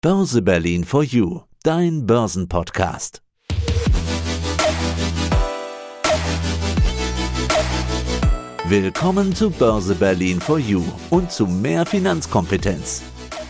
Börse Berlin for You, dein Börsenpodcast. Willkommen zu Börse Berlin for You und zu mehr Finanzkompetenz.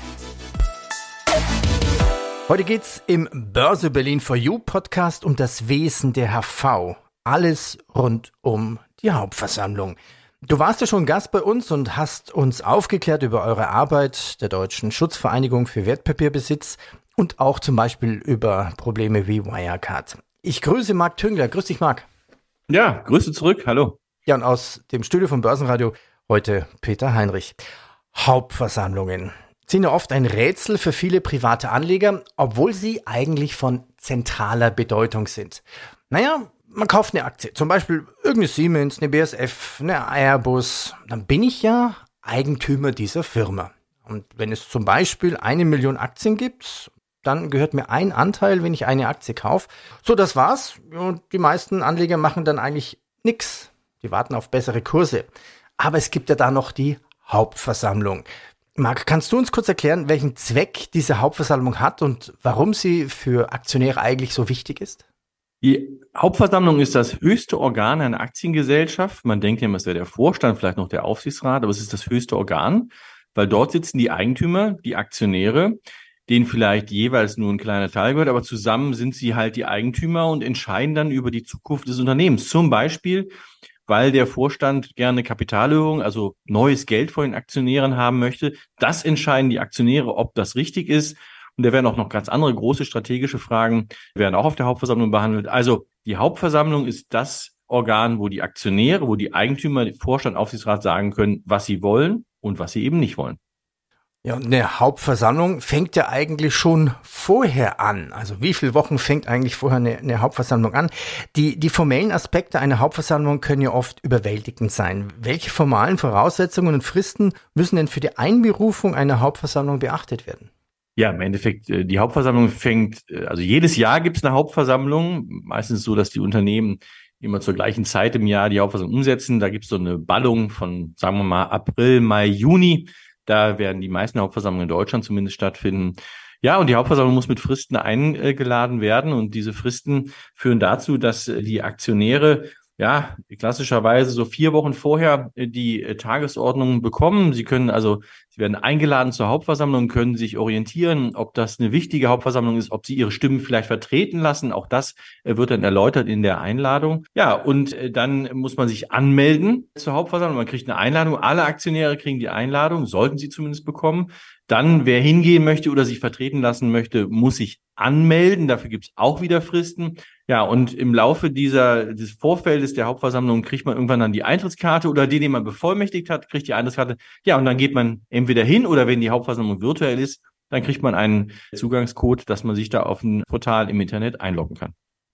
Heute geht's im Börse Berlin for You Podcast um das Wesen der HV. Alles rund um die Hauptversammlung. Du warst ja schon Gast bei uns und hast uns aufgeklärt über eure Arbeit der Deutschen Schutzvereinigung für Wertpapierbesitz und auch zum Beispiel über Probleme wie Wirecard. Ich grüße Marc Tüngler. Grüß dich, Marc. Ja, Grüße zurück. Hallo. Ja, und aus dem Studio vom Börsenradio heute Peter Heinrich. Hauptversammlungen sind ja oft ein Rätsel für viele private Anleger, obwohl sie eigentlich von zentraler Bedeutung sind. Naja, man kauft eine Aktie, zum Beispiel irgendeine Siemens, eine BASF, eine Airbus, dann bin ich ja Eigentümer dieser Firma. Und wenn es zum Beispiel 1 Million Aktien gibt, dann gehört mir ein Anteil, wenn ich eine Aktie kaufe. So, das war's. Und die meisten Anleger machen dann eigentlich nichts. Die warten auf bessere Kurse. Aber es gibt ja da noch die Hauptversammlung. Marc, kannst du uns kurz erklären, welchen Zweck diese Hauptversammlung hat und warum sie für Aktionäre eigentlich so wichtig ist? Die Hauptversammlung ist das höchste Organ einer Aktiengesellschaft. Man denkt ja immer, es wäre der Vorstand, vielleicht noch der Aufsichtsrat, aber es ist das höchste Organ, weil dort sitzen die Eigentümer, die Aktionäre, denen vielleicht jeweils nur ein kleiner Teil gehört, aber zusammen sind sie halt die Eigentümer und entscheiden dann über die Zukunft des Unternehmens. Zum Beispiel, weil der Vorstand gerne Kapitalerhöhung, also neues Geld von den Aktionären haben möchte. Das entscheiden die Aktionäre, ob das richtig ist. Und da werden auch noch ganz andere große strategische Fragen, werden auch auf der Hauptversammlung behandelt. Also die Hauptversammlung ist das Organ, wo die Aktionäre, wo die Eigentümer, Vorstand, Aufsichtsrat sagen können, was sie wollen und was sie eben nicht wollen. Ja, und eine Hauptversammlung fängt ja eigentlich schon vorher an. Also wie viele Wochen fängt eigentlich vorher eine Hauptversammlung an? Die formellen Aspekte einer Hauptversammlung können ja oft überwältigend sein. Welche formalen Voraussetzungen und Fristen müssen denn für die Einberufung einer Hauptversammlung beachtet werden? Ja, im Endeffekt, die Hauptversammlung also jedes Jahr gibt es eine Hauptversammlung. Meistens so, dass die Unternehmen immer zur gleichen Zeit im Jahr die Hauptversammlung umsetzen. Da gibt es so eine Ballung von, sagen wir mal, April, Mai, Juni. Da werden die meisten Hauptversammlungen in Deutschland zumindest stattfinden. Ja, und die Hauptversammlung muss mit Fristen eingeladen werden. Und diese Fristen führen dazu, dass die Aktionäre klassischerweise so 4 Wochen vorher die Tagesordnung bekommen. Sie werden eingeladen zur Hauptversammlung, können sich orientieren, ob das eine wichtige Hauptversammlung ist, ob sie ihre Stimmen vielleicht vertreten lassen. Auch das wird dann erläutert in der Einladung. Ja, und dann muss man sich anmelden zur Hauptversammlung. Man kriegt eine Einladung. Alle Aktionäre kriegen die Einladung, sollten sie zumindest bekommen. Dann, wer hingehen möchte oder sich vertreten lassen möchte, muss sich anmelden. Dafür gibt es auch wieder Fristen. Ja, und im Laufe des Vorfeldes der Hauptversammlung kriegt man irgendwann dann die Eintrittskarte oder den man bevollmächtigt hat, kriegt die Eintrittskarte. Ja, und dann geht man entweder hin oder wenn die Hauptversammlung virtuell ist, dann kriegt man einen Zugangscode, dass man sich da auf ein Portal im Internet einloggen kann.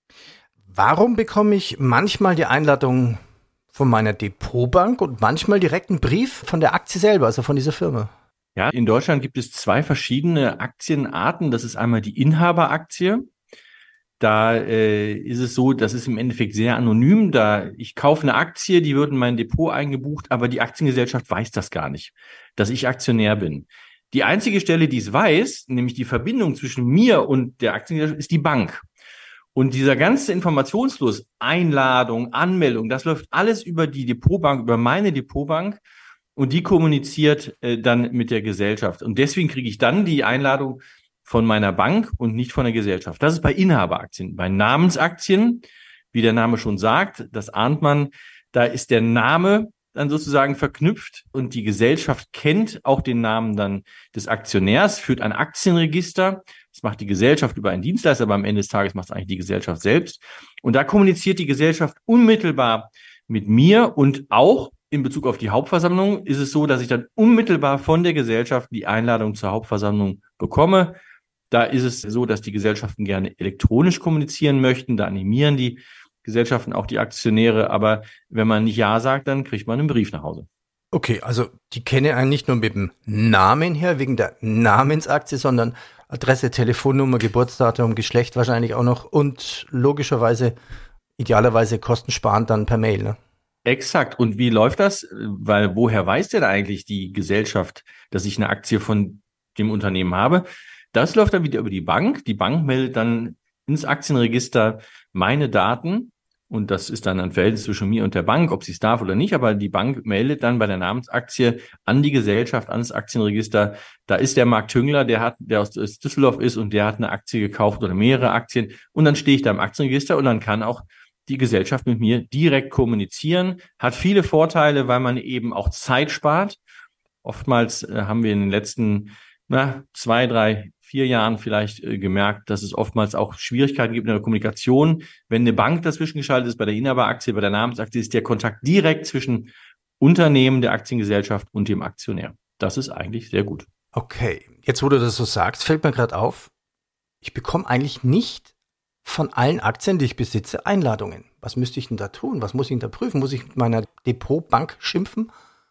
Warum bekomme ich manchmal die Einladung von meiner Depotbank und manchmal direkt einen Brief von der Aktie selber, also von dieser Firma? Ja, in Deutschland gibt es 2 verschiedene Aktienarten. Das ist einmal die Inhaberaktie. Da ist es so, das ist im Endeffekt sehr anonym. Ich kaufe eine Aktie, die wird in mein Depot eingebucht, aber die Aktiengesellschaft weiß das gar nicht, dass ich Aktionär bin. Die einzige Stelle, die es weiß, nämlich die Verbindung zwischen mir und der Aktiengesellschaft, ist die Bank. Und dieser ganze Informationsfluss, Einladung, Anmeldung, das läuft alles über die Depotbank, über meine Depotbank. Und die kommuniziert dann mit der Gesellschaft. Und deswegen kriege ich dann die Einladung von meiner Bank und nicht von der Gesellschaft. Das ist bei Inhaberaktien. Bei Namensaktien, wie der Name schon sagt, das ahnt man, da ist der Name dann sozusagen verknüpft und die Gesellschaft kennt auch den Namen dann des Aktionärs, führt ein Aktienregister. Das macht die Gesellschaft über einen Dienstleister, aber am Ende des Tages macht es eigentlich die Gesellschaft selbst. Und da kommuniziert die Gesellschaft unmittelbar mit mir und auch in Bezug auf die Hauptversammlung ist es so, dass ich dann unmittelbar von der Gesellschaft die Einladung zur Hauptversammlung bekomme. Da ist es so, dass die Gesellschaften gerne elektronisch kommunizieren möchten. Da animieren die Gesellschaften auch die Aktionäre. Aber wenn man nicht Ja sagt, dann kriegt man einen Brief nach Hause. Okay, also die kennen einen nicht nur mit dem Namen her, wegen der Namensaktie, sondern Adresse, Telefonnummer, Geburtsdatum, Geschlecht wahrscheinlich auch noch und logischerweise, idealerweise kostensparend dann per Mail, ne? Exakt. Und wie läuft das? Weil woher weiß denn eigentlich die Gesellschaft, dass ich eine Aktie von dem Unternehmen habe? Das läuft dann wieder über die Bank. Die Bank meldet dann ins Aktienregister meine Daten. Und das ist dann ein Verhältnis zwischen mir und der Bank, ob sie es darf oder nicht. Aber die Bank meldet dann bei der Namensaktie an die Gesellschaft, ans Aktienregister. Da ist der Marc Tüngler, der aus Düsseldorf ist und der hat eine Aktie gekauft oder mehrere Aktien. Und dann stehe ich da im Aktienregister und dann kann auch die Gesellschaft mit mir direkt kommunizieren. Hat viele Vorteile, weil man eben auch Zeit spart. Oftmals haben wir in den letzten 2, 3, 4 Jahren vielleicht gemerkt, dass es oftmals auch Schwierigkeiten gibt in der Kommunikation. Wenn eine Bank dazwischen geschaltet ist, bei der Inhaberaktie, bei der Namensaktie, ist der Kontakt direkt zwischen Unternehmen, der Aktiengesellschaft und dem Aktionär. Das ist eigentlich sehr gut. Okay, jetzt wo du das so sagst, fällt mir gerade auf, ich bekomme eigentlich nicht von allen Aktien, die ich besitze, Einladungen. Was müsste ich denn da tun? Was muss ich denn da prüfen? Muss ich mit meiner Depotbank schimpfen?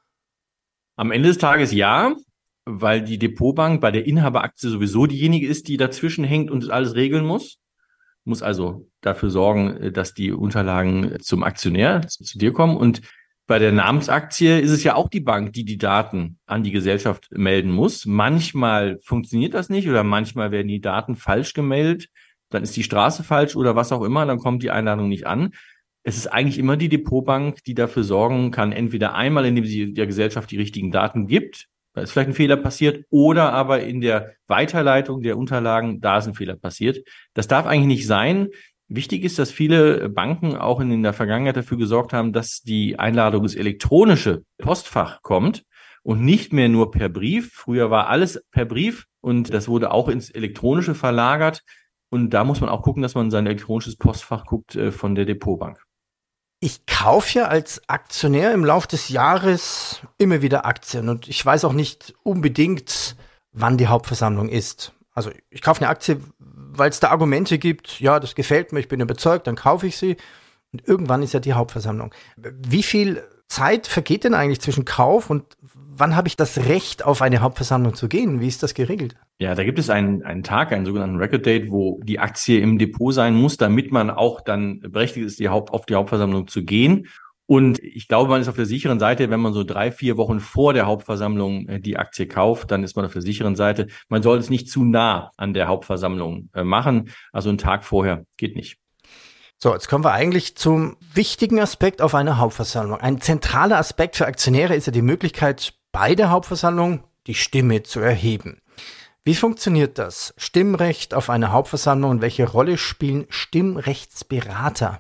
Am Ende des Tages ja, weil die Depotbank bei der Inhaberaktie sowieso diejenige ist, die dazwischen hängt und das alles regeln muss also dafür sorgen, dass die Unterlagen zum Aktionär, zu dir kommen. Und bei der Namensaktie ist es ja auch die Bank, die Daten an die Gesellschaft melden muss. Manchmal funktioniert das nicht oder manchmal werden die Daten falsch gemeldet. Dann ist die Straße falsch oder was auch immer, dann kommt die Einladung nicht an. Es ist eigentlich immer die Depotbank, die dafür sorgen kann, entweder einmal, indem sie der Gesellschaft die richtigen Daten gibt, da ist vielleicht ein Fehler passiert, oder aber in der Weiterleitung der Unterlagen, da ist ein Fehler passiert. Das darf eigentlich nicht sein. Wichtig ist, dass viele Banken auch in der Vergangenheit dafür gesorgt haben, dass die Einladung ins elektronische Postfach kommt und nicht mehr nur per Brief. Früher war alles per Brief und das wurde auch ins Elektronische verlagert. Und da muss man auch gucken, dass man sein elektronisches Postfach guckt von der Depotbank. Ich kaufe ja als Aktionär im Laufe des Jahres immer wieder Aktien und ich weiß auch nicht unbedingt, wann die Hauptversammlung ist. Also ich kaufe eine Aktie, weil es da Argumente gibt, ja, das gefällt mir, ich bin überzeugt, dann kaufe ich sie und irgendwann ist ja die Hauptversammlung. Wie viel Zeit vergeht denn eigentlich zwischen Kauf und wann habe ich das Recht, auf eine Hauptversammlung zu gehen? Wie ist das geregelt? Ja, da gibt es einen Tag, einen sogenannten Record Date, wo die Aktie im Depot sein muss, damit man auch dann berechtigt ist, auf die Hauptversammlung zu gehen. Und ich glaube, man ist auf der sicheren Seite, wenn man so 3, 4 Wochen vor der Hauptversammlung die Aktie kauft, dann ist man auf der sicheren Seite. Man soll es nicht zu nah an der Hauptversammlung machen. Also einen Tag vorher geht nicht. So, jetzt kommen wir eigentlich zum wichtigen Aspekt auf einer Hauptversammlung. Ein zentraler Aspekt für Aktionäre ist ja die Möglichkeit, bei der Hauptversammlung die Stimme zu erheben. Wie funktioniert das? Stimmrecht auf einer Hauptversammlung und welche Rolle spielen Stimmrechtsberater?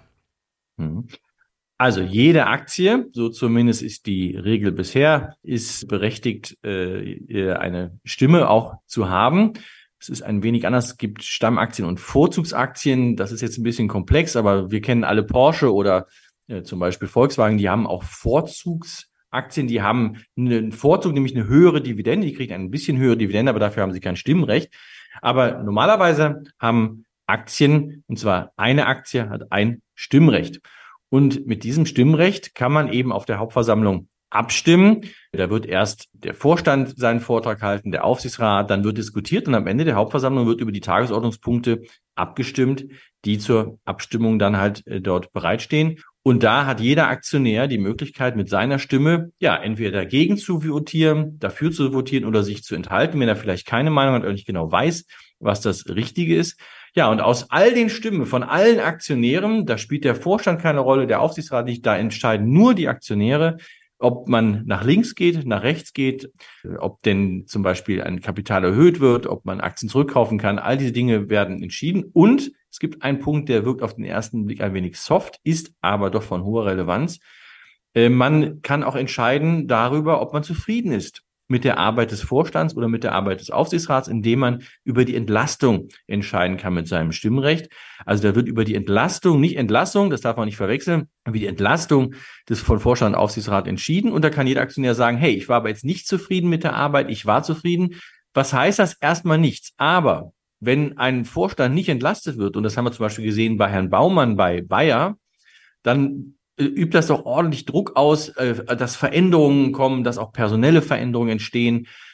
Also jede Aktie, so zumindest ist die Regel bisher, ist berechtigt, eine Stimme auch zu haben. Es ist ein wenig anders. Es gibt Stammaktien und Vorzugsaktien. Das ist jetzt ein bisschen komplex, aber wir kennen alle Porsche oder zum Beispiel Volkswagen. Die haben auch Vorzugsaktien. Die haben einen Vorzug, nämlich eine höhere Dividende. Die kriegen ein bisschen höhere Dividende, aber dafür haben sie kein Stimmrecht. Aber normalerweise haben Aktien, und zwar eine Aktie hat ein Stimmrecht. Und mit diesem Stimmrecht kann man eben auf der Hauptversammlung abstimmen. Da wird erst der Vorstand seinen Vortrag halten, der Aufsichtsrat, dann wird diskutiert und am Ende der Hauptversammlung wird über die Tagesordnungspunkte abgestimmt, die zur Abstimmung dann halt dort bereitstehen. Und da hat jeder Aktionär die Möglichkeit, mit seiner Stimme ja entweder dagegen zu votieren, dafür zu votieren oder sich zu enthalten, wenn er vielleicht keine Meinung hat oder nicht genau weiß, was das Richtige ist. Ja, und aus all den Stimmen von allen Aktionären, da spielt der Vorstand keine Rolle, der Aufsichtsrat nicht, da entscheiden nur die Aktionäre, ob man nach links geht, nach rechts geht, ob denn zum Beispiel ein Kapital erhöht wird, ob man Aktien zurückkaufen kann. All diese Dinge werden entschieden. Und es gibt einen Punkt, der wirkt auf den ersten Blick ein wenig soft, ist aber doch von hoher Relevanz. Man kann auch entscheiden darüber, ob man zufrieden ist mit der Arbeit des Vorstands oder mit der Arbeit des Aufsichtsrats, indem man über die Entlastung entscheiden kann mit seinem Stimmrecht. Also da wird über die Entlastung, nicht Entlassung, das darf man nicht verwechseln, über die Entlastung des von Vorstand und Aufsichtsrat entschieden. Und da kann jeder Aktionär sagen, hey, ich war aber jetzt nicht zufrieden mit der Arbeit, ich war zufrieden. Was heißt das? Erstmal nichts. Aber wenn ein Vorstand nicht entlastet wird, und das haben wir zum Beispiel gesehen bei Herrn Baumann bei Bayer, dann übt das doch ordentlich Druck aus, dass Veränderungen kommen, dass auch personelle Veränderungen entstehen.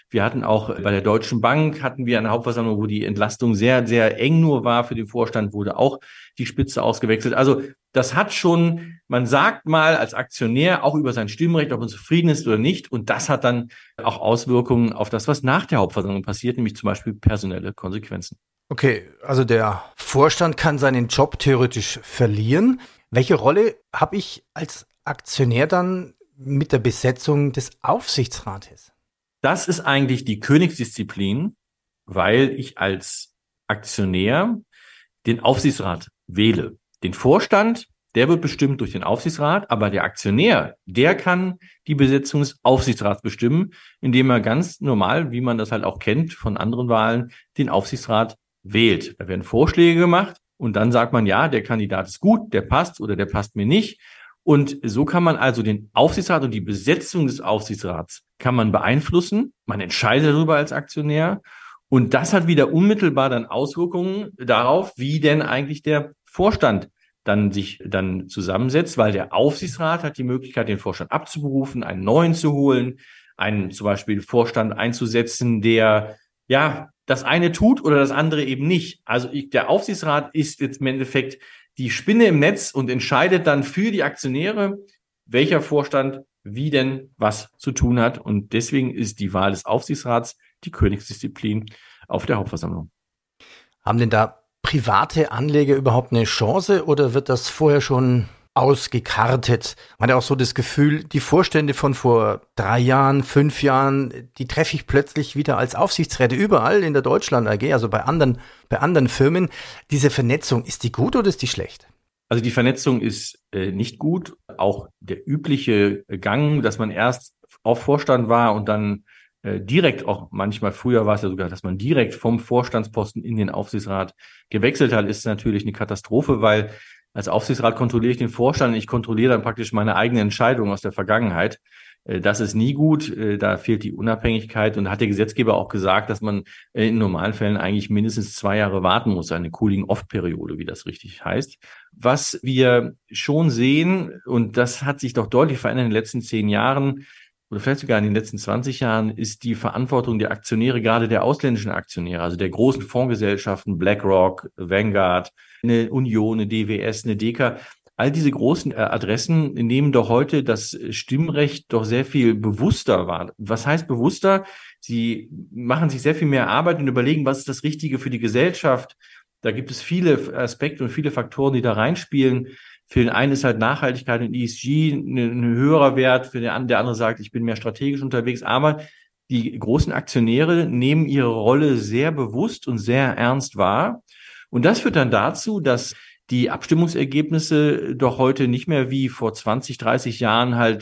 Wir hatten auch bei der Deutschen Bank hatten wir eine Hauptversammlung, wo die Entlastung sehr, sehr eng nur war für den Vorstand, wurde auch die Spitze ausgewechselt. Also das hat schon, man sagt mal als Aktionär auch über sein Stimmrecht, ob man zufrieden ist oder nicht. Und das hat dann auch Auswirkungen auf das, was nach der Hauptversammlung passiert, nämlich zum Beispiel personelle Konsequenzen. Okay, also der Vorstand kann seinen Job theoretisch verlieren. Welche Rolle habe ich als Aktionär dann mit der Besetzung des Aufsichtsrates? Das ist eigentlich die Königsdisziplin, weil ich als Aktionär den Aufsichtsrat wähle. Den Vorstand, der wird bestimmt durch den Aufsichtsrat, aber der Aktionär, der kann die Besetzung des Aufsichtsrats bestimmen, indem er ganz normal, wie man das halt auch kennt von anderen Wahlen, den Aufsichtsrat wählt. Da werden Vorschläge gemacht und dann sagt man, ja, der Kandidat ist gut, der passt oder der passt mir nicht. Und so kann man also den Aufsichtsrat und die Besetzung des Aufsichtsrats kann man beeinflussen. Man entscheidet darüber als Aktionär. Und das hat wieder unmittelbar dann Auswirkungen darauf, wie denn eigentlich der Vorstand dann sich dann zusammensetzt, weil der Aufsichtsrat hat die Möglichkeit, den Vorstand abzuberufen, einen neuen zu holen, einen zum Beispiel Vorstand einzusetzen, der ja das eine tut oder das andere eben nicht. Also der Aufsichtsrat ist jetzt im Endeffekt die Spinne im Netz und entscheidet dann für die Aktionäre, welcher Vorstand wie denn was zu tun hat. Und deswegen ist die Wahl des Aufsichtsrats die Königsdisziplin auf der Hauptversammlung. Haben denn da private Anleger überhaupt eine Chance oder wird das vorher schon ausgekartet? Man hat ja auch so das Gefühl, die Vorstände von vor 3 Jahren, 5 Jahren, die treffe ich plötzlich wieder als Aufsichtsräte überall in der Deutschland AG, also bei anderen Firmen. Diese Vernetzung, ist die gut oder ist die schlecht? Also die Vernetzung ist nicht gut. Auch der übliche Gang, dass man erst auf Vorstand war und dann direkt auch manchmal, früher war es ja sogar, dass man direkt vom Vorstandsposten in den Aufsichtsrat gewechselt hat, ist natürlich eine Katastrophe, weil als Aufsichtsrat kontrolliere ich den Vorstand und ich kontrolliere dann praktisch meine eigene Entscheidung aus der Vergangenheit. Das ist nie gut, da fehlt die Unabhängigkeit und da hat der Gesetzgeber auch gesagt, dass man in normalen Fällen eigentlich mindestens 2 Jahre warten muss, eine Cooling-Off-Periode, wie das richtig heißt. Was wir schon sehen, und das hat sich doch deutlich verändert in den letzten 10 Jahren, oder vielleicht sogar in den letzten 20 Jahren, ist die Verantwortung der Aktionäre, gerade der ausländischen Aktionäre, also der großen Fondsgesellschaften, BlackRock, Vanguard, eine Union, eine DWS, eine Deka. All diese großen Adressen nehmen doch heute das Stimmrecht doch sehr viel bewusster wahr. Was heißt bewusster? Sie machen sich sehr viel mehr Arbeit und überlegen, was ist das Richtige für die Gesellschaft. Da gibt es viele Aspekte und viele Faktoren, die da reinspielen. Für den einen ist halt Nachhaltigkeit und ESG ein höherer Wert, für der andere sagt, ich bin mehr strategisch unterwegs. Aber die großen Aktionäre nehmen ihre Rolle sehr bewusst und sehr ernst wahr. Und das führt dann dazu, dass die Abstimmungsergebnisse doch heute nicht mehr wie vor 20, 30 Jahren halt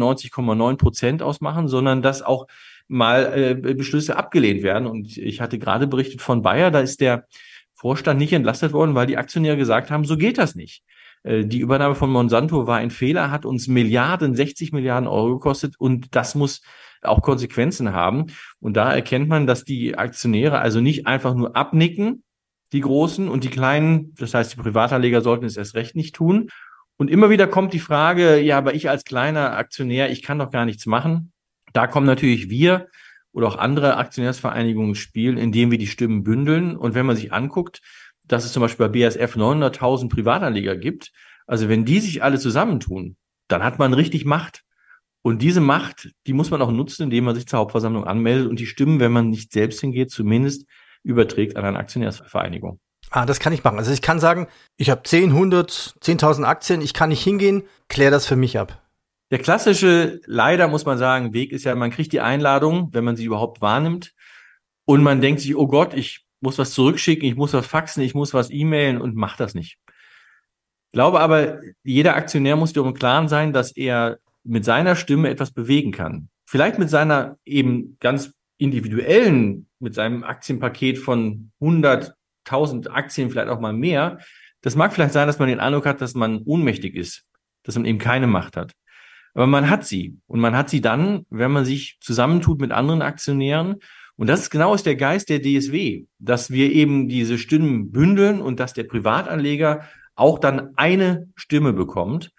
99,9% ausmachen, sondern dass auch mal Beschlüsse abgelehnt werden. Und ich hatte gerade berichtet von Bayer, da ist der Vorstand nicht entlastet worden, weil die Aktionäre gesagt haben, so geht das nicht. Die Übernahme von Monsanto war ein Fehler, hat uns 60 Milliarden Euro gekostet und das muss auch Konsequenzen haben. Und da erkennt man, dass die Aktionäre also nicht einfach nur abnicken, die Großen und die Kleinen, das heißt, die Privatanleger sollten es erst recht nicht tun. Und immer wieder kommt die Frage, ja, aber ich als kleiner Aktionär, ich kann doch gar nichts machen. Da kommen natürlich wir oder auch andere Aktionärsvereinigungen ins Spiel, indem wir die Stimmen bündeln. Und wenn man sich anguckt, dass es zum Beispiel bei BASF 900.000 Privatanleger gibt, also wenn die sich alle zusammentun, dann hat man richtig Macht. Und diese Macht, die muss man auch nutzen, indem man sich zur Hauptversammlung anmeldet und die Stimmen, wenn man nicht selbst hingeht, zumindest überträgt an eine Aktionärsvereinigung. Das kann ich machen. Also ich kann sagen, ich habe 10.000 Aktien, ich kann nicht hingehen, klär das für mich ab. Der klassische, leider muss man sagen, Weg ist ja, man kriegt die Einladung, wenn man sie überhaupt wahrnimmt und man denkt sich, oh Gott, ich muss was zurückschicken, ich muss was faxen, ich muss was e-mailen und macht das nicht. Ich glaube aber, jeder Aktionär muss sich im Klaren sein, dass er mit seiner Stimme etwas bewegen kann. Vielleicht mit seiner eben ganz individuellen, mit seinem Aktienpaket von 100.000 Aktien, vielleicht auch mal mehr. Das mag vielleicht sein, dass man den Eindruck hat, dass man ohnmächtig ist, dass man eben keine Macht hat. Aber man hat sie. Und man hat sie dann, wenn man sich zusammentut mit anderen Aktionären. Und das ist genau der Geist der DSW, dass wir eben diese Stimmen bündeln und dass der Privatanleger auch dann eine Stimme bekommt.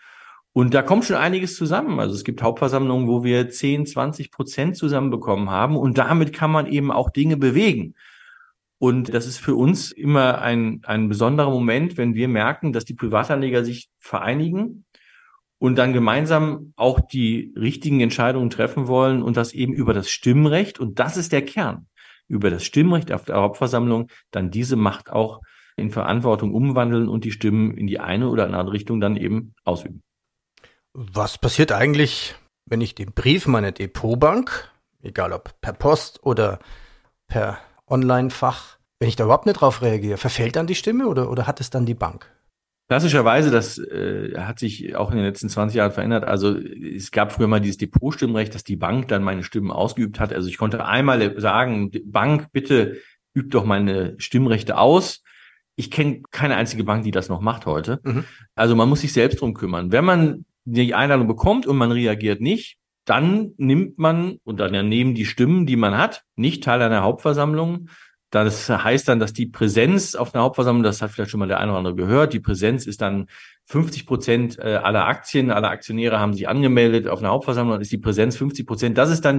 Und da kommt schon einiges zusammen. Also es gibt Hauptversammlungen, wo wir 10-20% zusammenbekommen haben und damit kann man eben auch Dinge bewegen. Und das ist für uns immer ein besonderer Moment, wenn wir merken, dass die Privatanleger sich vereinigen und dann gemeinsam auch die richtigen Entscheidungen treffen wollen und das eben über das Stimmrecht. Und das ist der Kern. Über das Stimmrecht auf der Hauptversammlung dann diese Macht auch in Verantwortung umwandeln und die Stimmen in die eine oder andere Richtung dann eben ausüben. Was passiert eigentlich, wenn ich den Brief meiner Depotbank, egal ob per Post oder per Online-Fach, wenn ich da überhaupt nicht drauf reagiere, verfällt dann die Stimme oder hat es dann die Bank? Klassischerweise, das hat sich auch in den letzten 20 Jahren verändert. Also es gab früher mal dieses Depotstimmrecht, dass die Bank dann meine Stimmen ausgeübt hat. Also ich konnte einmal sagen, Bank, bitte übt doch meine Stimmrechte aus. Ich kenne keine einzige Bank, die das noch macht heute. Mhm. Also man muss sich selbst drum kümmern. Wenn man die Einladung bekommt und man reagiert nicht, dann nimmt man und dann nehmen die Stimmen, die man hat, nicht teil an der Hauptversammlung. Das heißt dann, dass die Präsenz auf einer Hauptversammlung, das hat vielleicht schon mal der eine oder andere gehört, die Präsenz ist dann 50% aller Aktien, alle Aktionäre haben sich angemeldet auf einer Hauptversammlung, dann ist die Präsenz 50%. Das ist dann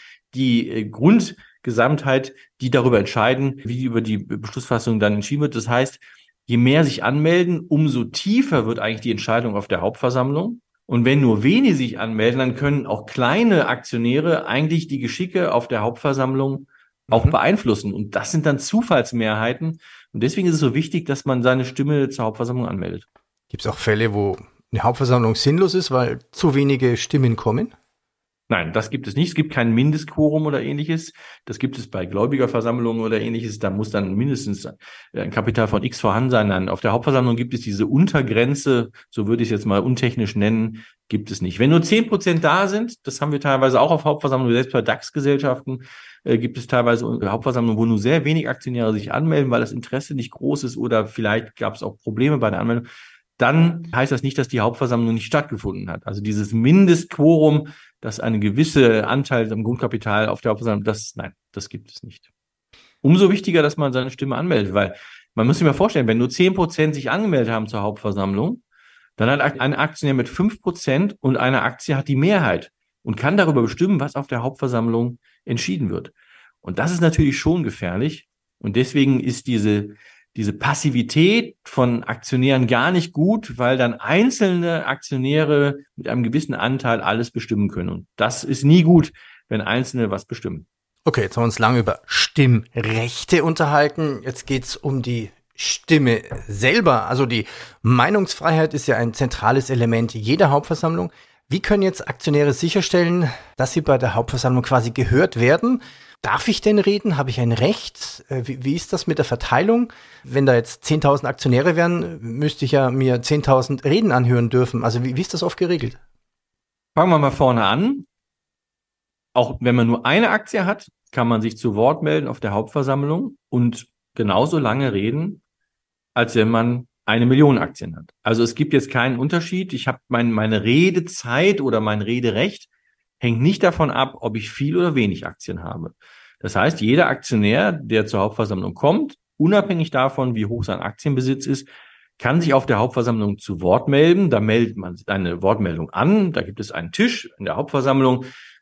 die Grundgesamtheit, die darüber entscheiden, wie über die Beschlussfassung dann entschieden wird. Das heißt, je mehr sich anmelden, umso tiefer wird eigentlich die Entscheidung auf der Hauptversammlung. Und wenn nur wenige sich anmelden, dann können auch kleine Aktionäre eigentlich die Geschicke auf der Hauptversammlung auch beeinflussen. Und das sind dann Zufallsmehrheiten. Und deswegen ist es so wichtig, dass man seine Stimme zur Hauptversammlung anmeldet. Gibt es auch Fälle, wo eine Hauptversammlung sinnlos ist, weil zu wenige Stimmen kommen? Nein, das gibt es nicht. Es gibt kein Mindestquorum oder ähnliches. Das gibt es bei Gläubigerversammlungen oder ähnliches. Da muss dann mindestens ein Kapital von X vorhanden sein. Nein, auf der Hauptversammlung gibt es diese Untergrenze, so würde ich es jetzt mal untechnisch nennen, gibt es nicht. Wenn nur 10% da sind, das haben wir teilweise auch auf Hauptversammlungen, selbst bei DAX-Gesellschaften, gibt es teilweise Hauptversammlungen, wo nur sehr wenig Aktionäre sich anmelden, weil das Interesse nicht groß ist oder vielleicht gab es auch Probleme bei der Anmeldung. Dann heißt das nicht, dass die Hauptversammlung nicht stattgefunden hat. Also dieses Mindestquorum, dass eine gewisse Anteil am Grundkapital auf der Hauptversammlung, das gibt es nicht. Umso wichtiger, dass man seine Stimme anmeldet, weil man muss sich mal vorstellen, wenn nur 10% sich angemeldet haben zur Hauptversammlung, dann hat ein Aktionär mit 5% und eine Aktie hat die Mehrheit und kann darüber bestimmen, was auf der Hauptversammlung entschieden wird. Und das ist natürlich schon gefährlich. Und deswegen ist diese Passivität von Aktionären gar nicht gut, weil dann einzelne Aktionäre mit einem gewissen Anteil alles bestimmen können. Und das ist nie gut, wenn Einzelne was bestimmen. Okay, jetzt haben wir uns lange über Stimmrechte unterhalten. Jetzt geht's um die Stimme selber. Also die Meinungsfreiheit ist ja ein zentrales Element jeder Hauptversammlung. Wie können jetzt Aktionäre sicherstellen, dass sie bei der Hauptversammlung quasi gehört werden? Darf ich denn reden? Habe ich ein Recht? Wie ist das mit der Verteilung? Wenn da jetzt 10.000 Aktionäre wären, müsste ich ja mir 10.000 Reden anhören dürfen. Also wie ist das oft geregelt? Fangen wir mal vorne an. Auch wenn man nur eine Aktie hat, kann man sich zu Wort melden auf der Hauptversammlung und genauso lange reden, als wenn man 1 Million Aktien hat. Also es gibt jetzt keinen Unterschied. Ich habe meine Redezeit oder mein Rederecht hängt nicht davon ab, ob ich viel oder wenig Aktien habe. Das heißt, jeder Aktionär, der zur Hauptversammlung kommt, unabhängig davon, wie hoch sein Aktienbesitz ist, kann sich auf der Hauptversammlung zu Wort melden. Da meldet man eine Wortmeldung an. Da gibt es einen Tisch in der Hauptversammlung.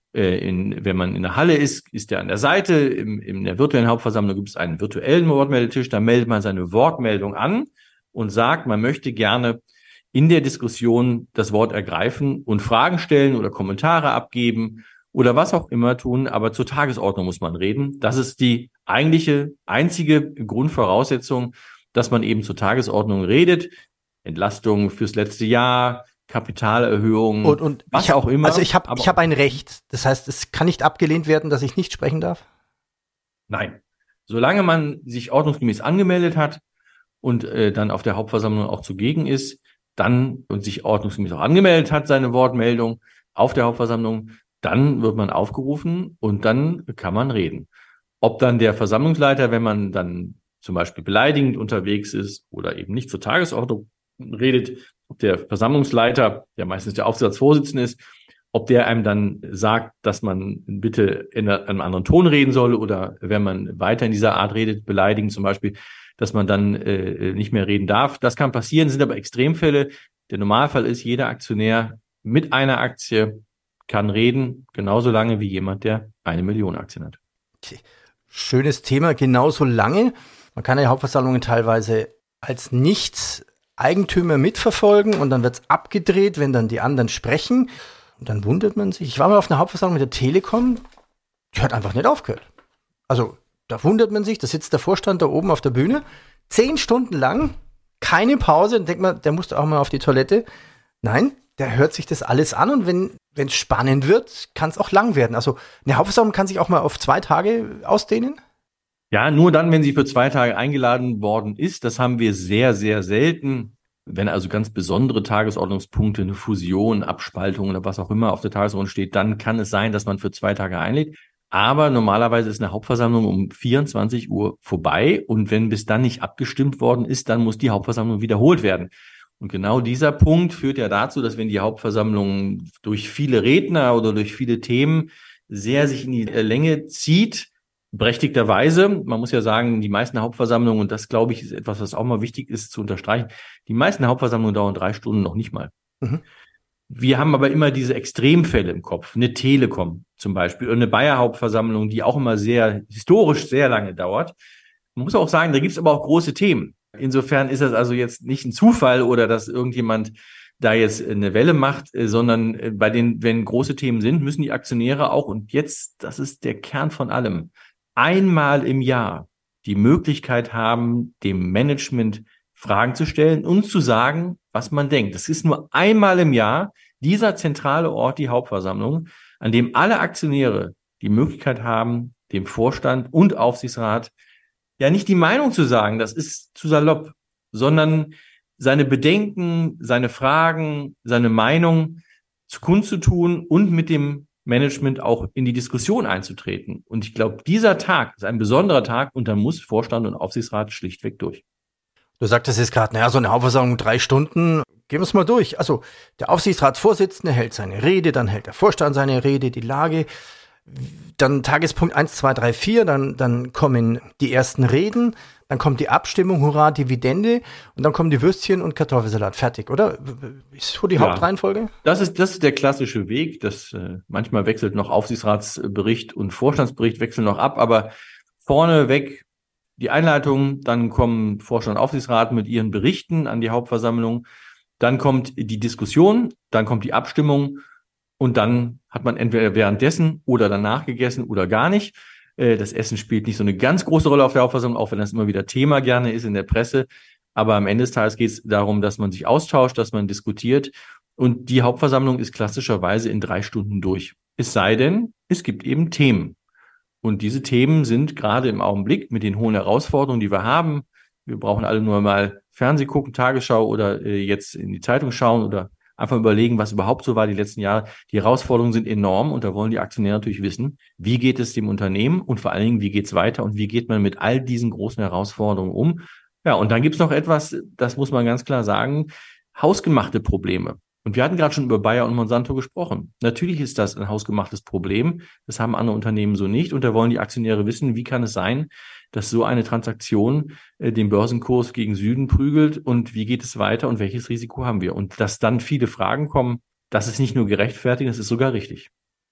Wenn man in der Halle ist der an der Seite. In der virtuellen Hauptversammlung gibt es einen virtuellen Wortmeldetisch. Da meldet man seine Wortmeldung an und sagt, man möchte gerne in der Diskussion das Wort ergreifen und Fragen stellen oder Kommentare abgeben oder was auch immer tun, aber zur Tagesordnung muss man reden. Das ist die einzige Grundvoraussetzung, dass man eben zur Tagesordnung redet. Entlastung fürs letzte Jahr, Kapitalerhöhung und was auch immer. Also ich hab ein Recht. Das heißt, es kann nicht abgelehnt werden, dass ich nicht sprechen darf? Nein. Solange man sich ordnungsgemäß angemeldet hat und dann auf der Hauptversammlung auch zugegen ist, dann und sich ordnungsgemäß auch angemeldet hat, seine Wortmeldung auf der Hauptversammlung, dann wird man aufgerufen und dann kann man reden. Ob dann der Versammlungsleiter, wenn man dann zum Beispiel beleidigend unterwegs ist oder eben nicht zur Tagesordnung redet, ob der Versammlungsleiter, der meistens der Aufsichtsratsvorsitzende ist, ob der einem dann sagt, dass man bitte in einem anderen Ton reden soll oder wenn man weiter in dieser Art redet, beleidigend zum Beispiel, dass man dann nicht mehr reden darf. Das kann passieren, sind aber Extremfälle. Der Normalfall ist, jeder Aktionär mit einer Aktie kann reden, genauso lange wie jemand, der 1 Million Aktien hat. Schönes Thema, genauso lange. Man kann ja Hauptversammlungen teilweise als Nicht-Eigentümer mitverfolgen und dann wird's abgedreht, wenn dann die anderen sprechen. Und dann wundert man sich. Ich war mal auf einer Hauptversammlung mit der Telekom, die hat einfach nicht aufgehört. Also da wundert man sich, da sitzt der Vorstand da oben auf der Bühne, 10 Stunden lang, keine Pause. Dann denkt man, der musste auch mal auf die Toilette. Nein, der hört sich das alles an und wenn es spannend wird, kann es auch lang werden. Also eine Hauptversammlung kann sich auch mal auf 2 Tage ausdehnen. Ja, nur dann, wenn sie für 2 Tage eingeladen worden ist. Das haben wir sehr, sehr selten. Wenn also ganz besondere Tagesordnungspunkte, eine Fusion, Abspaltung oder was auch immer auf der Tagesordnung steht, dann kann es sein, dass man für 2 Tage einlädt. Aber normalerweise ist eine Hauptversammlung um 24 Uhr vorbei. Und wenn bis dann nicht abgestimmt worden ist, dann muss die Hauptversammlung wiederholt werden. Und genau dieser Punkt führt ja dazu, dass wenn die Hauptversammlung durch viele Redner oder durch viele Themen sehr sich in die Länge zieht, berechtigterweise, man muss ja sagen, die meisten Hauptversammlungen, und das glaube ich ist etwas, was auch mal wichtig ist zu unterstreichen, die meisten Hauptversammlungen dauern 3 Stunden noch nicht mal. Mhm. Wir haben aber immer diese Extremfälle im Kopf, eine Telekom zum Beispiel, oder eine Bayer-Hauptversammlung, die auch immer sehr historisch sehr lange dauert. Man muss auch sagen, da gibt es aber auch große Themen. Insofern ist das also jetzt nicht ein Zufall oder dass irgendjemand da jetzt eine Welle macht, sondern wenn große Themen sind, müssen die Aktionäre auch, und jetzt, das ist der Kern von allem, einmal im Jahr die Möglichkeit haben, dem Management Fragen zu stellen und zu sagen, was man denkt. Das ist nur einmal im Jahr dieser zentrale Ort, die Hauptversammlung, an dem alle Aktionäre die Möglichkeit haben, dem Vorstand und Aufsichtsrat ja nicht die Meinung zu sagen, das ist zu salopp, sondern seine Bedenken, seine Fragen, seine Meinung kundzutun und mit dem Management auch in die Diskussion einzutreten. Und ich glaube, dieser Tag ist ein besonderer Tag und da muss Vorstand und Aufsichtsrat schlichtweg durch. Du sagtest jetzt gerade, so eine Hauptversammlung 3 Stunden. Gehen wir es mal durch. Also der Aufsichtsratsvorsitzende hält seine Rede, dann hält der Vorstand seine Rede, die Lage. Dann Tagespunkt 1, 2, 3, 4, dann kommen die ersten Reden, dann kommt die Abstimmung, hurra, Dividende und dann kommen die Würstchen und Kartoffelsalat. Fertig, oder? Ist so die Hauptreihenfolge? Das ist der klassische Weg. Manchmal wechselt noch Aufsichtsratsbericht und Vorstandsbericht wechseln noch ab, aber vorneweg die Einleitung, dann kommen Vorstand und Aufsichtsrat mit ihren Berichten an die Hauptversammlung, dann kommt die Diskussion, dann kommt die Abstimmung. Und dann hat man entweder währenddessen oder danach gegessen oder gar nicht. Das Essen spielt nicht so eine ganz große Rolle auf der Hauptversammlung, auch wenn das immer wieder Thema gerne ist in der Presse. Aber am Ende des Tages geht es darum, dass man sich austauscht, dass man diskutiert. Und die Hauptversammlung ist klassischerweise in 3 Stunden durch. Es sei denn, es gibt eben Themen. Und diese Themen sind gerade im Augenblick mit den hohen Herausforderungen, die wir haben. Wir brauchen alle nur mal Fernseh gucken, Tagesschau oder jetzt in die Zeitung schauen oder einfach überlegen, was überhaupt so war die letzten Jahre. Die Herausforderungen sind enorm und da wollen die Aktionäre natürlich wissen, wie geht es dem Unternehmen und vor allen Dingen, wie geht es weiter und wie geht man mit all diesen großen Herausforderungen um. Ja, und dann gibt es noch etwas, das muss man ganz klar sagen, hausgemachte Probleme. Und wir hatten gerade schon über Bayer und Monsanto gesprochen. Natürlich ist das ein hausgemachtes Problem. Das haben andere Unternehmen so nicht. Und da wollen die Aktionäre wissen, wie kann es sein, dass so eine Transaktion den Börsenkurs gegen Süden prügelt und wie geht es weiter und welches Risiko haben wir? Und dass dann viele Fragen kommen, das ist nicht nur gerechtfertigt, das ist sogar richtig.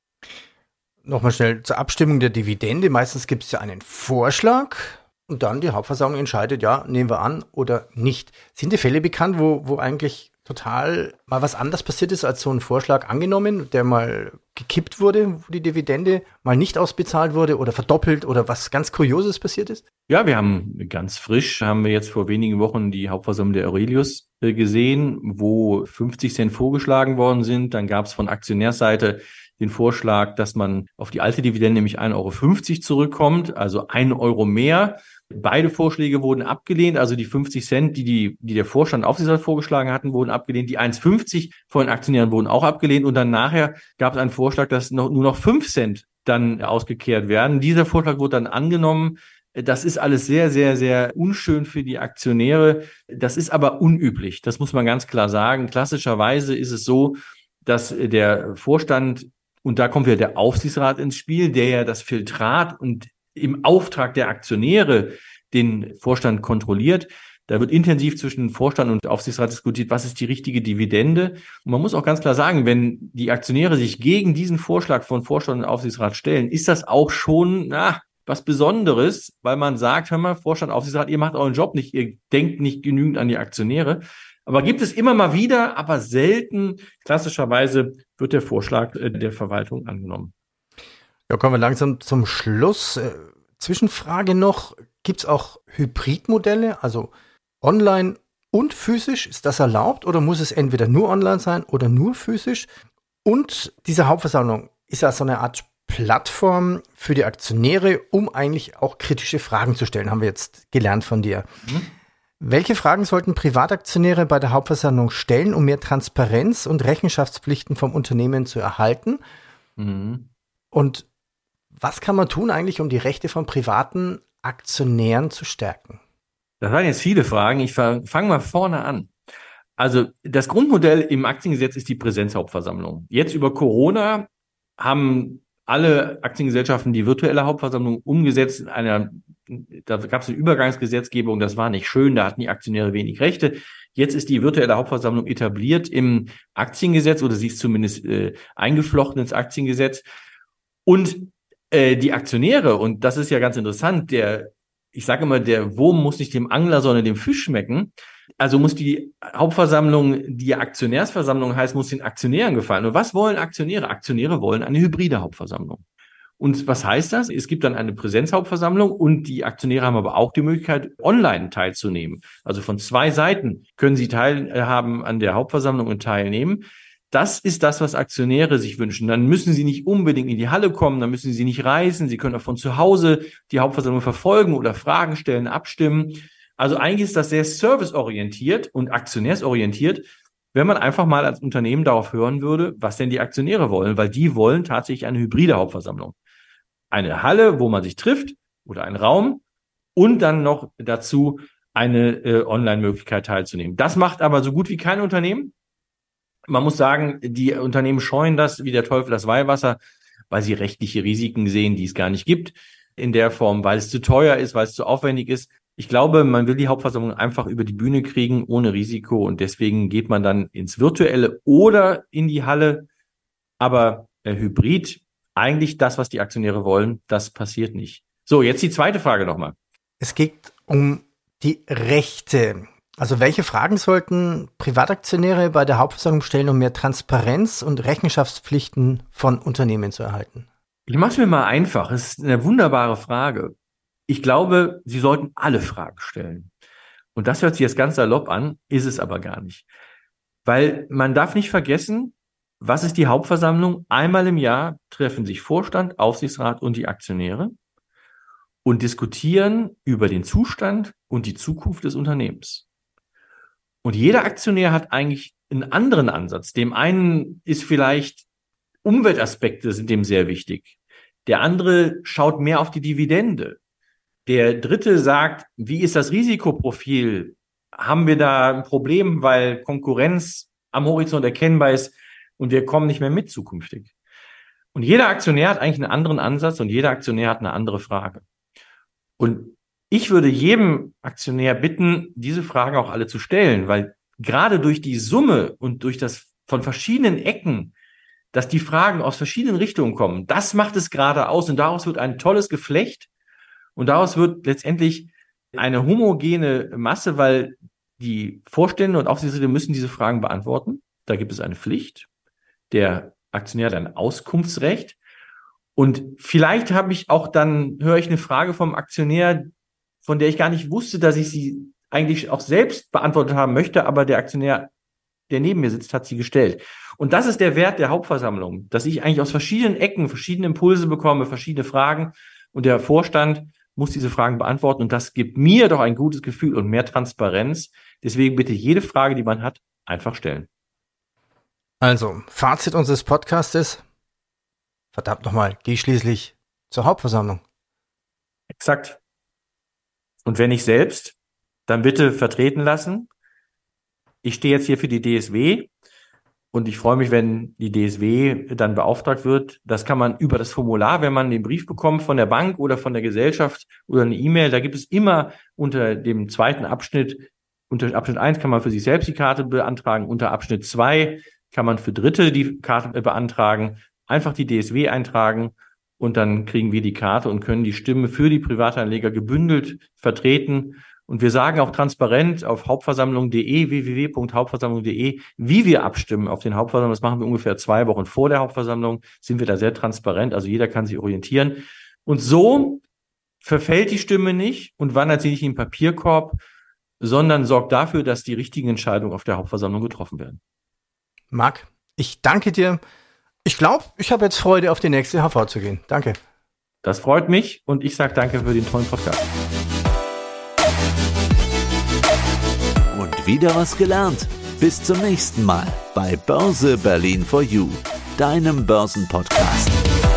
Nochmal schnell zur Abstimmung der Dividende. Meistens gibt es ja einen Vorschlag und dann die Hauptversammlung entscheidet, ja, nehmen wir an oder nicht. Sind die Fälle bekannt, wo eigentlich total mal was anders passiert ist als so ein Vorschlag angenommen, der mal gekippt wurde, wo die Dividende mal nicht ausbezahlt wurde oder verdoppelt oder was ganz Kurioses passiert ist? Ja, wir haben ganz frisch, haben wir jetzt vor wenigen Wochen die Hauptversammlung der Aurelius gesehen, wo 50 Cent vorgeschlagen worden sind. Dann gab es von Aktionärsseite den Vorschlag, dass man auf die alte Dividende, nämlich 1,50 € zurückkommt, also 1 Euro mehr. Beide Vorschläge wurden abgelehnt, also die 50 Cent, die der Vorstand Aufsichtsrat vorgeschlagen hatten, wurden abgelehnt. Die 1,50 von den Aktionären wurden auch abgelehnt und dann nachher gab es einen Vorschlag, dass nur noch 5 Cent dann ausgekehrt werden. Dieser Vorschlag wurde dann angenommen. Das ist alles sehr, sehr, sehr unschön für die Aktionäre. Das ist aber unüblich, das muss man ganz klar sagen. Klassischerweise ist es so, dass der Vorstand, und da kommt wieder der Aufsichtsrat ins Spiel, der ja das Filtrat und im Auftrag der Aktionäre den Vorstand kontrolliert, Da wird intensiv zwischen Vorstand und Aufsichtsrat diskutiert, was ist die richtige Dividende. Und man muss auch ganz klar sagen, wenn die Aktionäre sich gegen diesen Vorschlag von Vorstand und Aufsichtsrat stellen, ist das auch schon was Besonderes, weil man sagt, hör mal, Vorstand, Aufsichtsrat, ihr macht euren Job nicht, ihr denkt nicht genügend an die Aktionäre. Aber gibt es immer mal wieder, aber selten, klassischerweise wird der Vorschlag der Verwaltung angenommen. Ja, kommen wir langsam zum Schluss. Zwischenfrage noch, gibt es auch Hybridmodelle, also online und physisch? Ist das erlaubt oder muss es entweder nur online sein oder nur physisch? Und diese Hauptversammlung ist ja so eine Art Plattform für die Aktionäre, um eigentlich auch kritische Fragen zu stellen, haben wir jetzt gelernt von dir. Welche Fragen sollten Privataktionäre bei der Hauptversammlung stellen, um mehr Transparenz und Rechenschaftspflichten vom Unternehmen zu erhalten? Und was kann man tun eigentlich, um die Rechte von privaten Aktionären zu stärken? Das waren jetzt viele Fragen. Ich fange mal vorne an. Also das Grundmodell im Aktiengesetz ist die Präsenzhauptversammlung. Jetzt über Corona haben alle Aktiengesellschaften die virtuelle Hauptversammlung umgesetzt. Da gab es eine Übergangsgesetzgebung, das war nicht schön, da hatten die Aktionäre wenig Rechte. Jetzt ist die virtuelle Hauptversammlung etabliert im Aktiengesetz oder sie ist zumindest eingeflochten ins Aktiengesetz. Und die Aktionäre, und das ist ja ganz interessant, ich sage immer, der Wurm muss nicht dem Angler, sondern dem Fisch schmecken. Also muss die Hauptversammlung, die Aktionärsversammlung heißt, muss den Aktionären gefallen. Und was wollen Aktionäre? Aktionäre wollen eine hybride Hauptversammlung. Und was heißt das? Es gibt dann eine Präsenzhauptversammlung und die Aktionäre haben aber auch die Möglichkeit, online teilzunehmen. Also von 2 Seiten können sie teilhaben an der Hauptversammlung und teilnehmen. Das ist das, was Aktionäre sich wünschen. Dann müssen sie nicht unbedingt in die Halle kommen, dann müssen sie nicht reisen, sie können auch von zu Hause die Hauptversammlung verfolgen oder Fragen stellen, abstimmen. Also eigentlich ist das sehr serviceorientiert und aktionärsorientiert, wenn man einfach mal als Unternehmen darauf hören würde, was denn die Aktionäre wollen, weil die wollen tatsächlich eine hybride Hauptversammlung. Eine Halle, wo man sich trifft oder ein Raum und dann noch dazu eine Online-Möglichkeit teilzunehmen. Das macht aber so gut wie kein Unternehmen. Man muss sagen, die Unternehmen scheuen das wie der Teufel das Weihwasser, weil sie rechtliche Risiken sehen, die es gar nicht gibt in der Form, weil es zu teuer ist, weil es zu aufwendig ist. Ich glaube, man will die Hauptversammlung einfach über die Bühne kriegen, ohne Risiko. Und deswegen geht man dann ins Virtuelle oder in die Halle. Aber Hybrid, eigentlich das, was die Aktionäre wollen, das passiert nicht. So, jetzt die zweite Frage nochmal. Es geht um die Rechte. Also welche Fragen sollten Privataktionäre bei der Hauptversammlung stellen, um mehr Transparenz und Rechenschaftspflichten von Unternehmen zu erhalten? Ich mache es mir mal einfach. Es ist eine wunderbare Frage. Ich glaube, Sie sollten alle Fragen stellen. Und das hört sich jetzt ganz salopp an, ist es aber gar nicht. Weil man darf nicht vergessen, was ist die Hauptversammlung? Einmal im Jahr treffen sich Vorstand, Aufsichtsrat und die Aktionäre und diskutieren über den Zustand und die Zukunft des Unternehmens. Und jeder Aktionär hat eigentlich einen anderen Ansatz. Dem einen ist vielleicht Umweltaspekte sind dem sehr wichtig. Der andere schaut mehr auf die Dividende. Der dritte sagt, wie ist das Risikoprofil? Haben wir da ein Problem, weil Konkurrenz am Horizont erkennbar ist und wir kommen nicht mehr mit zukünftig? Und jeder Aktionär hat eigentlich einen anderen Ansatz und jeder Aktionär hat eine andere Frage. Und ich würde jedem Aktionär bitten, diese Fragen auch alle zu stellen, weil gerade durch die Summe und durch das von verschiedenen Ecken, dass die Fragen aus verschiedenen Richtungen kommen, das macht es gerade aus und daraus wird ein tolles Geflecht und daraus wird letztendlich eine homogene Masse, weil die Vorstände und Aufsichtsräte müssen diese Fragen beantworten. Da gibt es eine Pflicht. Der Aktionär hat ein Auskunftsrecht. Und vielleicht höre ich eine Frage vom Aktionär, von der ich gar nicht wusste, dass ich sie eigentlich auch selbst beantwortet haben möchte, aber der Aktionär, der neben mir sitzt, hat sie gestellt. Und das ist der Wert der Hauptversammlung, dass ich eigentlich aus verschiedenen Ecken verschiedene Impulse bekomme, verschiedene Fragen und der Vorstand muss diese Fragen beantworten und das gibt mir doch ein gutes Gefühl und mehr Transparenz. Deswegen bitte jede Frage, die man hat, einfach stellen. Also, Fazit unseres Podcastes. Verdammt nochmal, geh schließlich zur Hauptversammlung. Exakt. Und wenn nicht selbst, dann bitte vertreten lassen. Ich stehe jetzt hier für die DSW und ich freue mich, wenn die DSW dann beauftragt wird. Das kann man über das Formular, wenn man den Brief bekommt von der Bank oder von der Gesellschaft oder eine E-Mail, da gibt es immer unter dem zweiten Abschnitt unter Abschnitt 1 kann man für sich selbst die Karte beantragen, unter Abschnitt 2 kann man für Dritte die Karte beantragen, einfach die DSW eintragen und dann kriegen wir die Karte und können die Stimme für die Privatanleger gebündelt vertreten. Und wir sagen auch transparent auf hauptversammlung.de, www.hauptversammlung.de, wie wir abstimmen auf den Hauptversammlungen. Das machen wir ungefähr 2 Wochen vor der Hauptversammlung, sind wir da sehr transparent, also jeder kann sich orientieren. Und so verfällt die Stimme nicht und wandert sie nicht in den Papierkorb, sondern sorgt dafür, dass die richtigen Entscheidungen auf der Hauptversammlung getroffen werden. Marc, ich danke dir. Ich glaube, ich habe jetzt Freude, auf die nächste HV zu gehen. Danke. Das freut mich und ich sage danke für den tollen Podcast. Und wieder was gelernt. Bis zum nächsten Mal bei Börse Berlin for You, deinem Börsenpodcast.